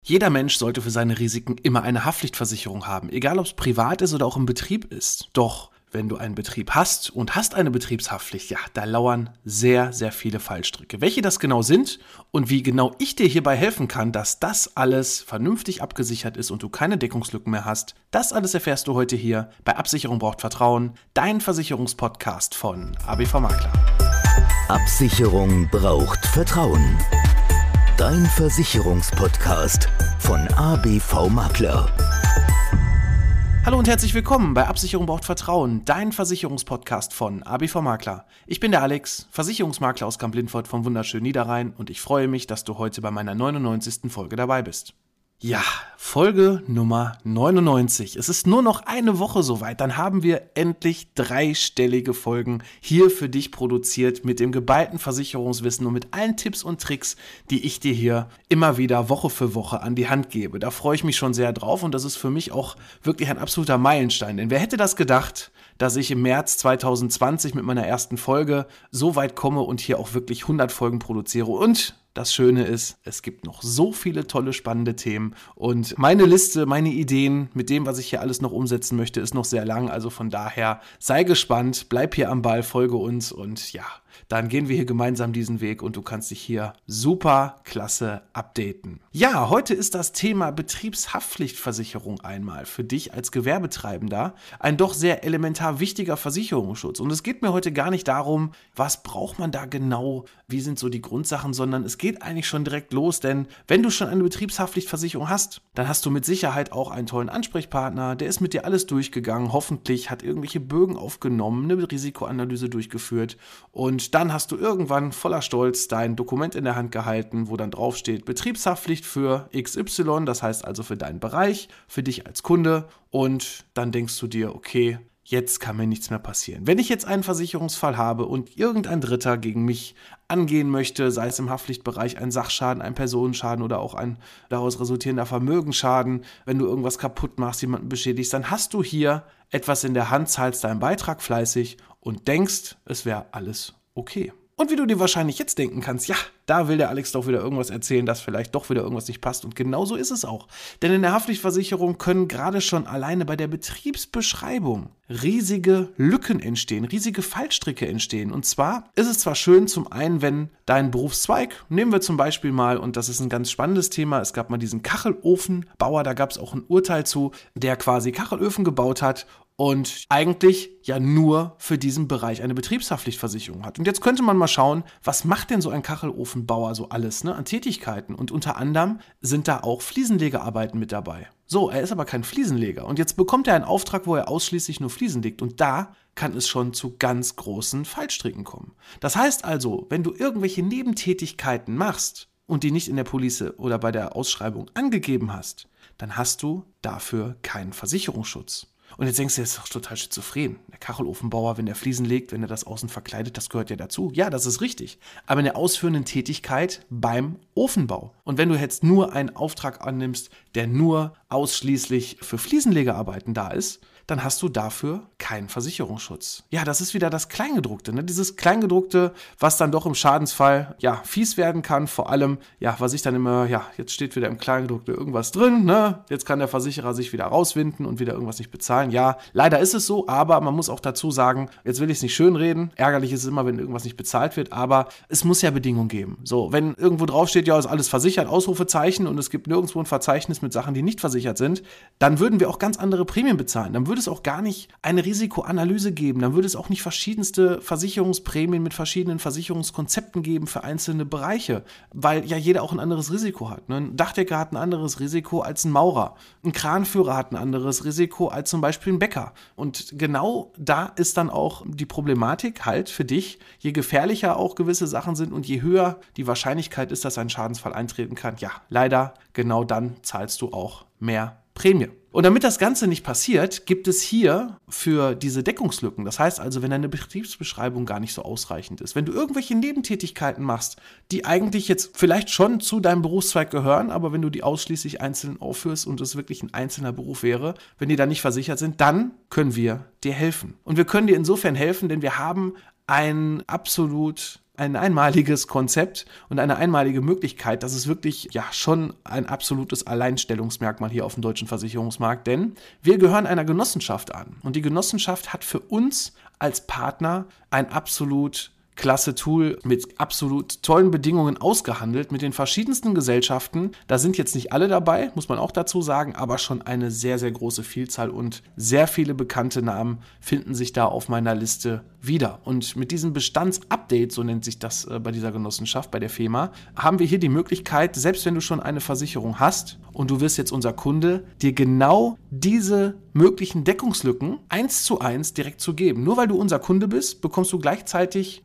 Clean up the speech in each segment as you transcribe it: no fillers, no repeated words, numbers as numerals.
Jeder Mensch sollte für seine Risiken immer eine Haftpflichtversicherung haben, egal ob es privat ist oder auch im Betrieb ist. Doch wenn du einen Betrieb hast und hast eine Betriebshaftpflicht, ja, da lauern sehr, sehr viele Fallstricke. Welche das genau sind und wie genau ich dir hierbei helfen kann, dass das alles vernünftig abgesichert ist und du keine Deckungslücken mehr hast, das alles erfährst du heute hier bei Absicherung braucht Vertrauen, dein Versicherungspodcast von ABV Makler. Absicherung braucht Vertrauen. Dein Versicherungspodcast von ABV Makler. Hallo und herzlich willkommen bei Absicherung braucht Vertrauen, dein Versicherungspodcast von ABV Makler. Ich bin der Alex, Versicherungsmakler aus Kamp-Lindfort vom wunderschönen Niederrhein und ich freue mich, dass du heute bei meiner 99. Folge dabei bist. Ja, Folge Nummer 99. Es ist nur noch eine Woche soweit, dann haben wir endlich dreistellige Folgen hier für dich produziert mit dem geballten Versicherungswissen und mit allen Tipps und Tricks, die ich dir hier immer wieder Woche für Woche an die Hand gebe. Da freue ich mich schon sehr drauf und das ist für mich auch wirklich ein absoluter Meilenstein. Denn wer hätte das gedacht, dass ich im März 2020 mit meiner ersten Folge so weit komme und hier auch wirklich 100 Folgen produziere. Und das Schöne ist, es gibt noch so viele tolle, spannende Themen und meine Liste, meine Ideen mit dem, was ich hier alles noch umsetzen möchte, ist noch sehr lang. Also von daher sei gespannt, bleib hier am Ball, folge uns und ja, dann gehen wir hier gemeinsam diesen Weg und du kannst dich hier super klasse updaten. Ja, heute ist das Thema Betriebshaftpflichtversicherung einmal für dich als Gewerbetreibender ein doch sehr elementar wichtiger Versicherungsschutz. Und es geht mir heute gar nicht darum, was braucht man da genau, wie sind so die Grundsachen, sondern es geht eigentlich schon direkt los, denn wenn du schon eine Betriebshaftpflichtversicherung hast, dann hast du mit Sicherheit auch einen tollen Ansprechpartner, der ist mit dir alles durchgegangen, hoffentlich hat irgendwelche Bögen aufgenommen, eine Risikoanalyse durchgeführt und dann hast du irgendwann voller Stolz dein Dokument in der Hand gehalten, wo dann drauf steht Betriebshaftpflicht für XY, das heißt also für deinen Bereich, für dich als Kunde und dann denkst du dir, okay, jetzt kann mir nichts mehr passieren. Wenn ich jetzt einen Versicherungsfall habe und irgendein Dritter gegen mich angehen möchte, sei es im Haftpflichtbereich ein Sachschaden, ein Personenschaden oder auch ein daraus resultierender Vermögensschaden, wenn du irgendwas kaputt machst, jemanden beschädigst, dann hast du hier etwas in der Hand, zahlst deinen Beitrag fleißig und denkst, es wäre alles okay. Und wie du dir wahrscheinlich jetzt denken kannst, ja, da will der Alex doch wieder irgendwas erzählen, dass vielleicht doch wieder irgendwas nicht passt. Und genau so ist es auch. Denn in der Haftpflichtversicherung können gerade schon alleine bei der Betriebsbeschreibung riesige Lücken entstehen, riesige Fallstricke entstehen. Und zwar ist es zwar schön, zum einen, wenn dein Berufszweig, nehmen wir zum Beispiel mal, und das ist ein ganz spannendes Thema, es gab mal diesen Kachelofenbauer, da gab es auch ein Urteil zu, der quasi Kachelöfen gebaut hat und eigentlich ja nur für diesen Bereich eine Betriebshaftpflichtversicherung hat. Und jetzt könnte man mal schauen, was macht denn so ein Kachelofenbauer so alles, an Tätigkeiten? Und unter anderem sind da auch Fliesenlegearbeiten mit dabei. So, er ist aber kein Fliesenleger. Und jetzt bekommt er einen Auftrag, wo er ausschließlich nur Fliesen legt. Und da kann es schon zu ganz großen Fallstricken kommen. Das heißt also, wenn du irgendwelche Nebentätigkeiten machst und die nicht in der Police oder bei der Ausschreibung angegeben hast, dann hast du dafür keinen Versicherungsschutz. Und jetzt denkst du, das ist doch total schizophren. Der Kachelofenbauer, wenn der Fliesen legt, wenn er das außen verkleidet, das gehört ja dazu. Ja, das ist richtig. Aber in der ausführenden Tätigkeit beim Ofenbau. Und wenn du jetzt nur einen Auftrag annimmst, der nur ausschließlich für Fliesenlegearbeiten da ist, dann hast du dafür keinen Versicherungsschutz. Ja, das ist wieder das Kleingedruckte, Dieses Kleingedruckte, was dann doch im Schadensfall, ja, fies werden kann. Vor allem, ja, was ich dann immer, ja, jetzt steht wieder im Kleingedruckte irgendwas drin, Jetzt kann der Versicherer sich wieder rauswinden und wieder irgendwas nicht bezahlen. Ja, leider ist es so, aber man muss auch dazu sagen, jetzt will ich es nicht schönreden. Ärgerlich ist es immer, wenn irgendwas nicht bezahlt wird, aber es muss ja Bedingungen geben. So, wenn irgendwo draufsteht, ja, ist alles versichert, Ausrufezeichen und es gibt nirgendwo ein Verzeichnis mit Sachen, die nicht versichert sind, dann würden wir auch ganz andere Prämien bezahlen. Dann würde es auch gar nicht eine Risikoanalyse geben, dann würde es auch nicht verschiedenste Versicherungsprämien mit verschiedenen Versicherungskonzepten geben für einzelne Bereiche, weil ja jeder auch ein anderes Risiko hat. Ein Dachdecker hat ein anderes Risiko als ein Maurer, ein Kranführer hat ein anderes Risiko als zum Beispiel ein Bäcker. Und genau da ist dann auch die Problematik halt für dich, je gefährlicher auch gewisse Sachen sind und je höher die Wahrscheinlichkeit ist, dass ein Schadensfall eintreten kann, ja, leider, genau dann zahlst du auch mehr Prämie. Und damit das Ganze nicht passiert, gibt es hier für diese Deckungslücken, das heißt also, wenn deine Betriebsbeschreibung gar nicht so ausreichend ist, wenn du irgendwelche Nebentätigkeiten machst, die eigentlich jetzt vielleicht schon zu deinem Berufszweig gehören, aber wenn du die ausschließlich einzeln aufführst und es wirklich ein einzelner Beruf wäre, wenn die dann nicht versichert sind, dann können wir dir helfen. Und wir können dir insofern helfen, denn wir haben ein absolut ein einmaliges Konzept und eine einmalige Möglichkeit. Das ist wirklich schon ein absolutes Alleinstellungsmerkmal hier auf dem deutschen Versicherungsmarkt, denn wir gehören einer Genossenschaft an. Und die Genossenschaft hat für uns als Partner ein absolut klasse Tool mit absolut tollen Bedingungen ausgehandelt, mit den verschiedensten Gesellschaften. Da sind jetzt nicht alle dabei, muss man auch dazu sagen, aber schon eine sehr, sehr große Vielzahl und sehr viele bekannte Namen finden sich da auf meiner Liste wieder. Und mit diesem Bestandsupdate, so nennt sich das bei dieser Genossenschaft, bei der FEMA, haben wir hier die Möglichkeit, selbst wenn du schon eine Versicherung hast und du wirst jetzt unser Kunde, dir genau diese möglichen Deckungslücken 1:1 direkt zu geben. Nur weil du unser Kunde bist, bekommst du gleichzeitig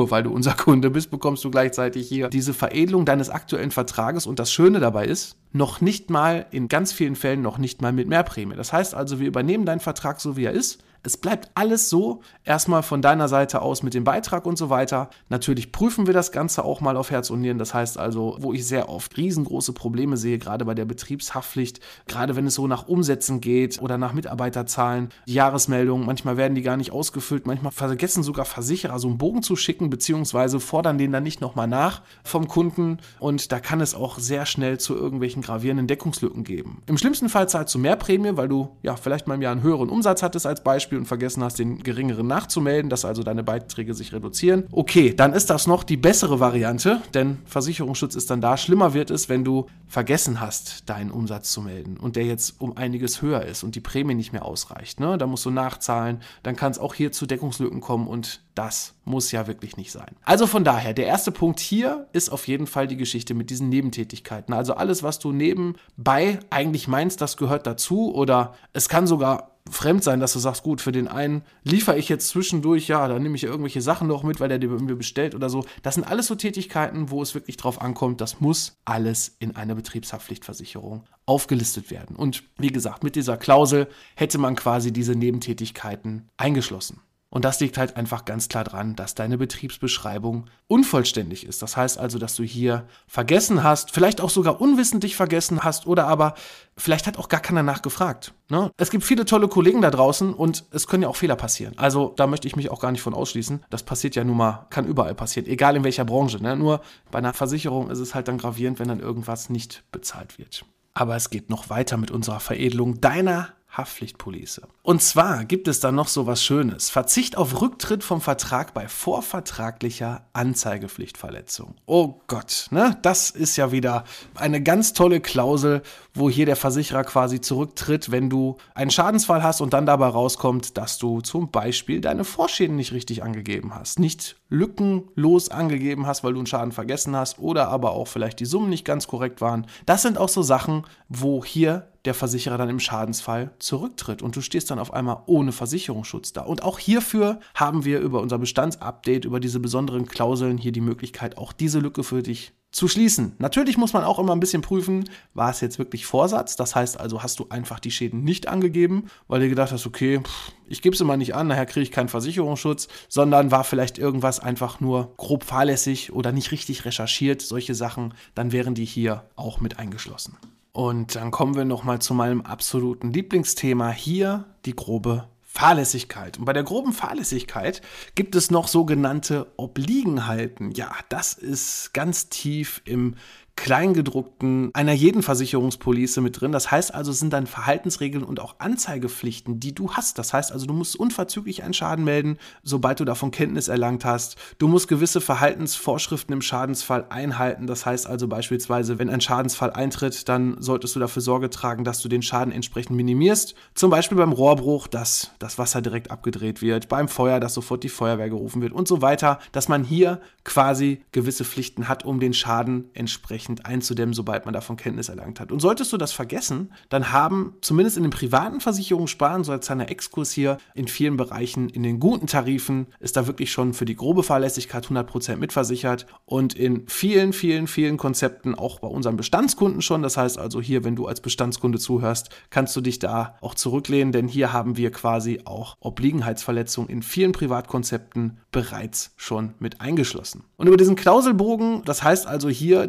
hier diese Veredelung deines aktuellen Vertrages. Und das Schöne dabei ist, noch nicht mal, in ganz vielen Fällen noch nicht mal mit Mehrprämie. Das heißt also, wir übernehmen deinen Vertrag so, wie er ist. Es bleibt alles so, erstmal von deiner Seite aus mit dem Beitrag und so weiter. Natürlich prüfen wir das Ganze auch mal auf Herz und Nieren. Das heißt also, wo ich sehr oft riesengroße Probleme sehe, gerade bei der Betriebshaftpflicht, gerade wenn es so nach Umsätzen geht oder nach Mitarbeiterzahlen, die Jahresmeldungen, manchmal werden die gar nicht ausgefüllt, manchmal vergessen sogar Versicherer so einen Bogen zu schicken, beziehungsweise fordern den dann nicht nochmal nach vom Kunden und da kann es auch sehr schnell zu irgendwelchen gravierenden Deckungslücken geben. Im schlimmsten Fall zahlst du mehr Prämie, weil du vielleicht mal im Jahr einen höheren Umsatz hattest als Beispiel und vergessen hast, den geringeren nachzumelden, dass also deine Beiträge sich reduzieren. Okay, dann ist das noch die bessere Variante, denn Versicherungsschutz ist dann da. Schlimmer wird es, wenn du vergessen hast, deinen Umsatz zu melden und der jetzt um einiges höher ist und die Prämie nicht mehr ausreicht. Ne? Da musst du nachzahlen, dann kann es auch hier zu Deckungslücken kommen und das muss ja wirklich nicht sein. Also von daher, der erste Punkt hier ist auf jeden Fall die Geschichte mit diesen Nebentätigkeiten. Also alles, was du nebenbei eigentlich meinst, das gehört dazu oder es kann sogar fremd sein, dass du sagst, gut, für den einen liefere ich jetzt zwischendurch, dann nehme ich ja irgendwelche Sachen noch mit, weil der die bei mir bestellt oder so. Das sind alles so Tätigkeiten, wo es wirklich drauf ankommt, das muss alles in einer Betriebshaftpflichtversicherung aufgelistet werden. Und wie gesagt, mit dieser Klausel hätte man quasi diese Nebentätigkeiten eingeschlossen. Und das liegt halt einfach ganz klar dran, dass deine Betriebsbeschreibung unvollständig ist. Das heißt also, dass du hier vergessen hast, vielleicht auch sogar unwissentlich vergessen hast oder aber vielleicht hat auch gar keiner nachgefragt. Ne? Es gibt viele tolle Kollegen da draußen und es können ja auch Fehler passieren. Also da möchte ich mich auch gar nicht von ausschließen. Das passiert ja nun mal, kann überall passieren, egal in welcher Branche. Ne? Nur bei einer Versicherung ist es halt dann gravierend, wenn dann irgendwas nicht bezahlt wird. Aber es geht noch weiter mit unserer Veredelung deiner Haftpflichtpolice. Und zwar gibt es da noch so was Schönes. Verzicht auf Rücktritt vom Vertrag bei vorvertraglicher Anzeigepflichtverletzung. Oh Gott, ne? Das ist ja wieder eine ganz tolle Klausel, wo hier der Versicherer quasi zurücktritt, wenn du einen Schadensfall hast und dann dabei rauskommt, dass du zum Beispiel deine Vorschäden nicht richtig angegeben hast, nicht lückenlos angegeben hast, weil du einen Schaden vergessen hast oder aber auch vielleicht die Summen nicht ganz korrekt waren. Das sind auch so Sachen, wo hier der Versicherer dann im Schadensfall zurücktritt und du stehst dann auf einmal ohne Versicherungsschutz da. Und auch hierfür haben wir über unser Bestandsupdate, über diese besonderen Klauseln hier die Möglichkeit, auch diese Lücke für dich zu schließen. Natürlich muss man auch immer ein bisschen prüfen, war es jetzt wirklich Vorsatz? Das heißt also, hast du einfach die Schäden nicht angegeben, weil du gedacht hast, okay, ich gebe sie mal nicht an, nachher kriege ich keinen Versicherungsschutz, sondern war vielleicht irgendwas einfach nur grob fahrlässig oder nicht richtig recherchiert, solche Sachen, dann wären die hier auch mit eingeschlossen. Und dann kommen wir nochmal zu meinem absoluten Lieblingsthema hier, die grobe Fahrlässigkeit. Und bei der groben Fahrlässigkeit gibt es noch sogenannte Obliegenheiten. Ja, das ist ganz tief im Kleingedruckten einer jeden Versicherungspolice mit drin. Das heißt also, es sind dann Verhaltensregeln und auch Anzeigepflichten, die du hast. Das heißt also, du musst unverzüglich einen Schaden melden, sobald du davon Kenntnis erlangt hast. Du musst gewisse Verhaltensvorschriften im Schadensfall einhalten. Das heißt also beispielsweise, wenn ein Schadensfall eintritt, dann solltest du dafür Sorge tragen, dass du den Schaden entsprechend minimierst. Zum Beispiel beim Rohrbruch, dass das Wasser direkt abgedreht wird, beim Feuer, dass sofort die Feuerwehr gerufen wird und so weiter. Dass man hier quasi gewisse Pflichten hat, um den Schaden entsprechend einzudämmen, sobald man davon Kenntnis erlangt hat. Und solltest du das vergessen, dann haben zumindest in den privaten Versicherungssparen, so als kleiner Exkurs hier, in vielen Bereichen, in den guten Tarifen, ist da wirklich schon für die grobe Fahrlässigkeit 100% mitversichert und in vielen, vielen, vielen Konzepten, auch bei unseren Bestandskunden schon, das heißt also hier, wenn du als Bestandskunde zuhörst, kannst du dich da auch zurücklehnen, denn hier haben wir quasi auch Obliegenheitsverletzungen in vielen Privatkonzepten bereits schon mit eingeschlossen. Und über diesen Klauselbogen, das heißt also hier, der Normalfall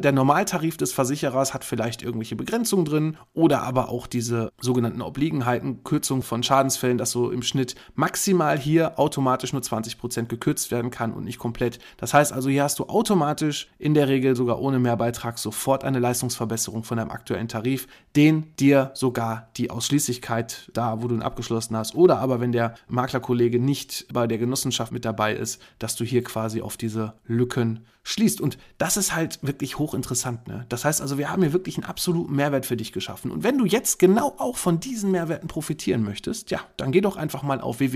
Normaltarif des Versicherers hat vielleicht irgendwelche Begrenzungen drin oder aber auch diese sogenannten Obliegenheiten, Kürzung von Schadensfällen, dass so im Schnitt maximal hier automatisch nur 20% gekürzt werden kann und nicht komplett. Das heißt also, hier hast du automatisch in der Regel sogar ohne Mehrbeitrag sofort eine Leistungsverbesserung von deinem aktuellen Tarif, den dir sogar die Ausschließlichkeit da, wo du ihn abgeschlossen hast, oder aber wenn der Maklerkollege nicht bei der Genossenschaft mit dabei ist, dass du hier quasi auf diese Lücken schließt. Und das ist halt wirklich hochinteressant, ne? Das heißt also, wir haben hier wirklich einen absoluten Mehrwert für dich geschaffen. Und wenn du jetzt genau auch von diesen Mehrwerten profitieren möchtest, ja, dann geh doch einfach mal auf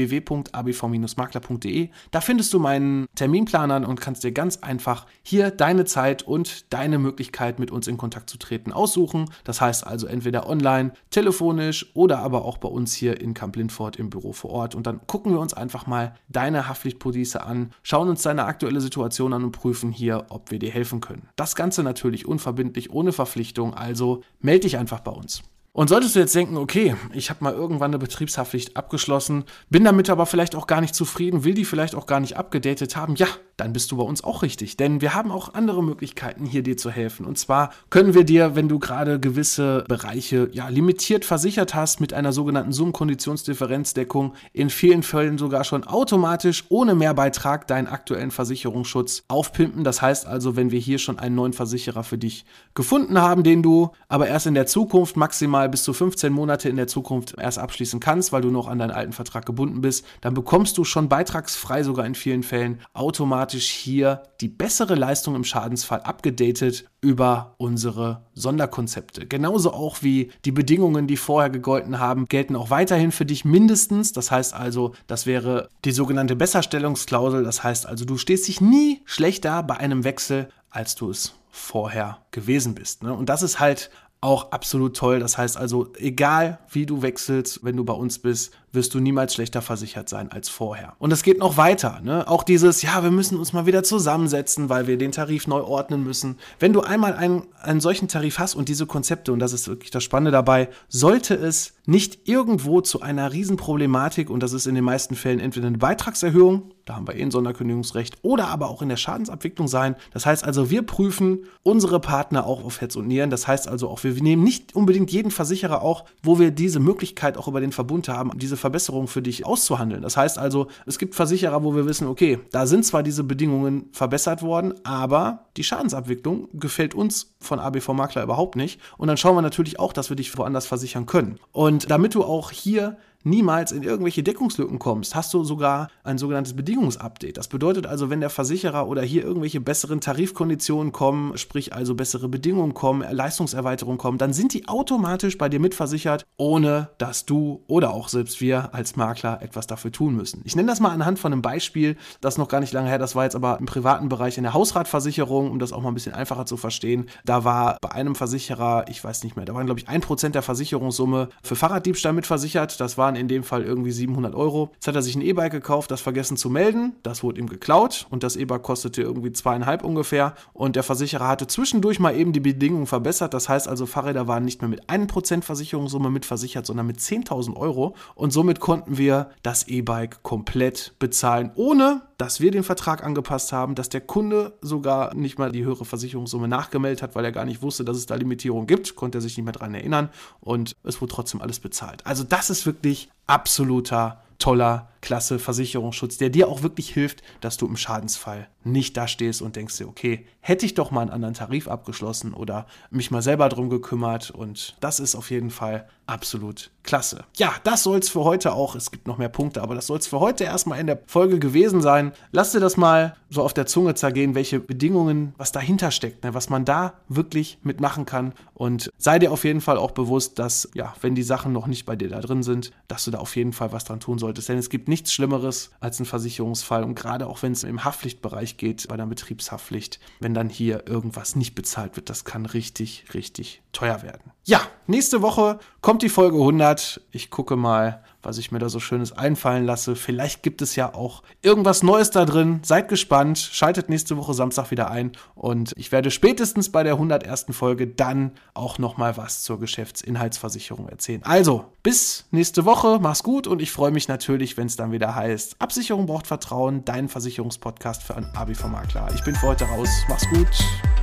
www.abv-makler.de. Da findest du meinen Terminplaner und kannst dir ganz einfach hier deine Zeit und deine Möglichkeit, mit uns in Kontakt zu treten, aussuchen. Das heißt also entweder online, telefonisch oder aber auch bei uns hier in Kamp-Lindfort im Büro vor Ort. Und dann gucken wir uns einfach mal deine Haftpflichtpolice an, schauen uns deine aktuelle Situation an und prüfen hier, ob wir dir helfen können. Das Ganze natürlich unverbindlich, ohne Verpflichtung, also melde dich einfach bei uns. Und solltest du jetzt denken, okay, ich habe mal irgendwann eine Betriebshaftpflicht abgeschlossen, bin damit aber vielleicht auch gar nicht zufrieden, will die vielleicht auch gar nicht abgedatet haben, ja, dann bist du bei uns auch richtig. Denn wir haben auch andere Möglichkeiten, hier dir zu helfen. Und zwar können wir dir, wenn du gerade gewisse Bereiche limitiert versichert hast, mit einer sogenannten Summenkonditionsdifferenzdeckung in vielen Fällen sogar schon automatisch ohne Mehrbeitrag deinen aktuellen Versicherungsschutz aufpimpen. Das heißt also, wenn wir hier schon einen neuen Versicherer für dich gefunden haben, den du aber erst in der Zukunft maximal bis zu 15 Monate in der Zukunft erst abschließen kannst, weil du noch an deinen alten Vertrag gebunden bist, dann bekommst du schon beitragsfrei sogar in vielen Fällen automatisch hier die bessere Leistung im Schadensfall abgedatet über unsere Sonderkonzepte. Genauso auch wie die Bedingungen, die vorher gegolten haben, gelten auch weiterhin für dich mindestens. Das heißt also, das wäre die sogenannte Besserstellungsklausel. Das heißt also, du stehst dich nie schlechter bei einem Wechsel, als du es vorher gewesen bist, ne? Und das ist halt auch absolut toll. Das heißt also, egal wie du wechselst, wenn du bei uns bist, wirst du niemals schlechter versichert sein als vorher. Und es geht noch weiter, ne? Auch dieses, wir müssen uns mal wieder zusammensetzen, weil wir den Tarif neu ordnen müssen. Wenn du einmal einen solchen Tarif hast und diese Konzepte, und das ist wirklich das Spannende dabei, sollte es nicht irgendwo zu einer Riesenproblematik, und das ist in den meisten Fällen entweder eine Beitragserhöhung, da haben wir ein Sonderkündigungsrecht, oder aber auch in der Schadensabwicklung sein. Das heißt also, wir prüfen unsere Partner auch auf Herz und Nieren. Das heißt also auch, wir nehmen nicht unbedingt jeden Versicherer auch, wo wir diese Möglichkeit auch über den Verbund haben, diese Verbesserung für dich auszuhandeln. Das heißt also, es gibt Versicherer, wo wir wissen, okay, da sind zwar diese Bedingungen verbessert worden, aber die Schadensabwicklung gefällt uns von ABV Makler überhaupt nicht. Und dann schauen wir natürlich auch, dass wir dich woanders versichern können. Und damit du auch hier niemals in irgendwelche Deckungslücken kommst, hast du sogar ein sogenanntes Bedingungsupdate. Das bedeutet also, wenn der Versicherer oder hier irgendwelche besseren Tarifkonditionen kommen, sprich also bessere Bedingungen kommen, Leistungserweiterungen kommen, dann sind die automatisch bei dir mitversichert, ohne dass du oder auch selbst wir als Makler etwas dafür tun müssen. Ich nenne das mal anhand von einem Beispiel, das noch gar nicht lange her, das war jetzt aber im privaten Bereich in der Hausratversicherung, um das auch mal ein bisschen einfacher zu verstehen. Da war bei einem Versicherer, ich weiß nicht mehr, da waren glaube ich 1% der Versicherungssumme für Fahrraddiebstahl mitversichert. Das war in dem Fall irgendwie 700 Euro. Jetzt hat er sich ein E-Bike gekauft, das vergessen zu melden. Das wurde ihm geklaut und das E-Bike kostete irgendwie 2,5 ungefähr. Und der Versicherer hatte zwischendurch mal eben die Bedingungen verbessert. Das heißt also, Fahrräder waren nicht mehr mit 1% Versicherungssumme mitversichert, sondern mit 10.000 Euro. Und somit konnten wir das E-Bike komplett bezahlen, ohne dass wir den Vertrag angepasst haben, dass der Kunde sogar nicht mal die höhere Versicherungssumme nachgemeldet hat, weil er gar nicht wusste, dass es da Limitierung gibt, konnte er sich nicht mehr dran erinnern und es wurde trotzdem alles bezahlt. Also das ist wirklich absoluter, toller, klasse Versicherungsschutz, der dir auch wirklich hilft, dass du im Schadensfall nicht da stehst und denkst dir, okay, hätte ich doch mal einen anderen Tarif abgeschlossen oder mich mal selber drum gekümmert, und das ist auf jeden Fall absolut klasse. Ja, das soll es für heute auch, es gibt noch mehr Punkte, aber das soll es für heute erstmal in der Folge gewesen sein. Lass dir das mal so auf der Zunge zergehen, welche Bedingungen, was dahinter steckt, ne, was man da wirklich mitmachen kann, und sei dir auf jeden Fall auch bewusst, dass, wenn die Sachen noch nicht bei dir da drin sind, dass du da auf jeden Fall was dran tun solltest, denn es gibt nichts Schlimmeres als ein Versicherungsfall, und gerade auch wenn es im Haftpflichtbereich geht, bei der Betriebshaftpflicht, wenn dann hier irgendwas nicht bezahlt wird, das kann richtig, richtig teuer werden. Ja, nächste Woche kommt die Folge 100. Ich gucke mal, was ich mir da so Schönes einfallen lasse. Vielleicht gibt es ja auch irgendwas Neues da drin. Seid gespannt, schaltet nächste Woche Samstag wieder ein, und ich werde spätestens bei der 101. Folge dann auch nochmal was zur Geschäftsinhaltsversicherung erzählen. Also, bis nächste Woche, mach's gut, und ich freue mich natürlich, wenn es dann wieder heißt, Absicherung braucht Vertrauen, dein Versicherungspodcast für einen ABV Makler. Ich bin für heute raus, mach's gut.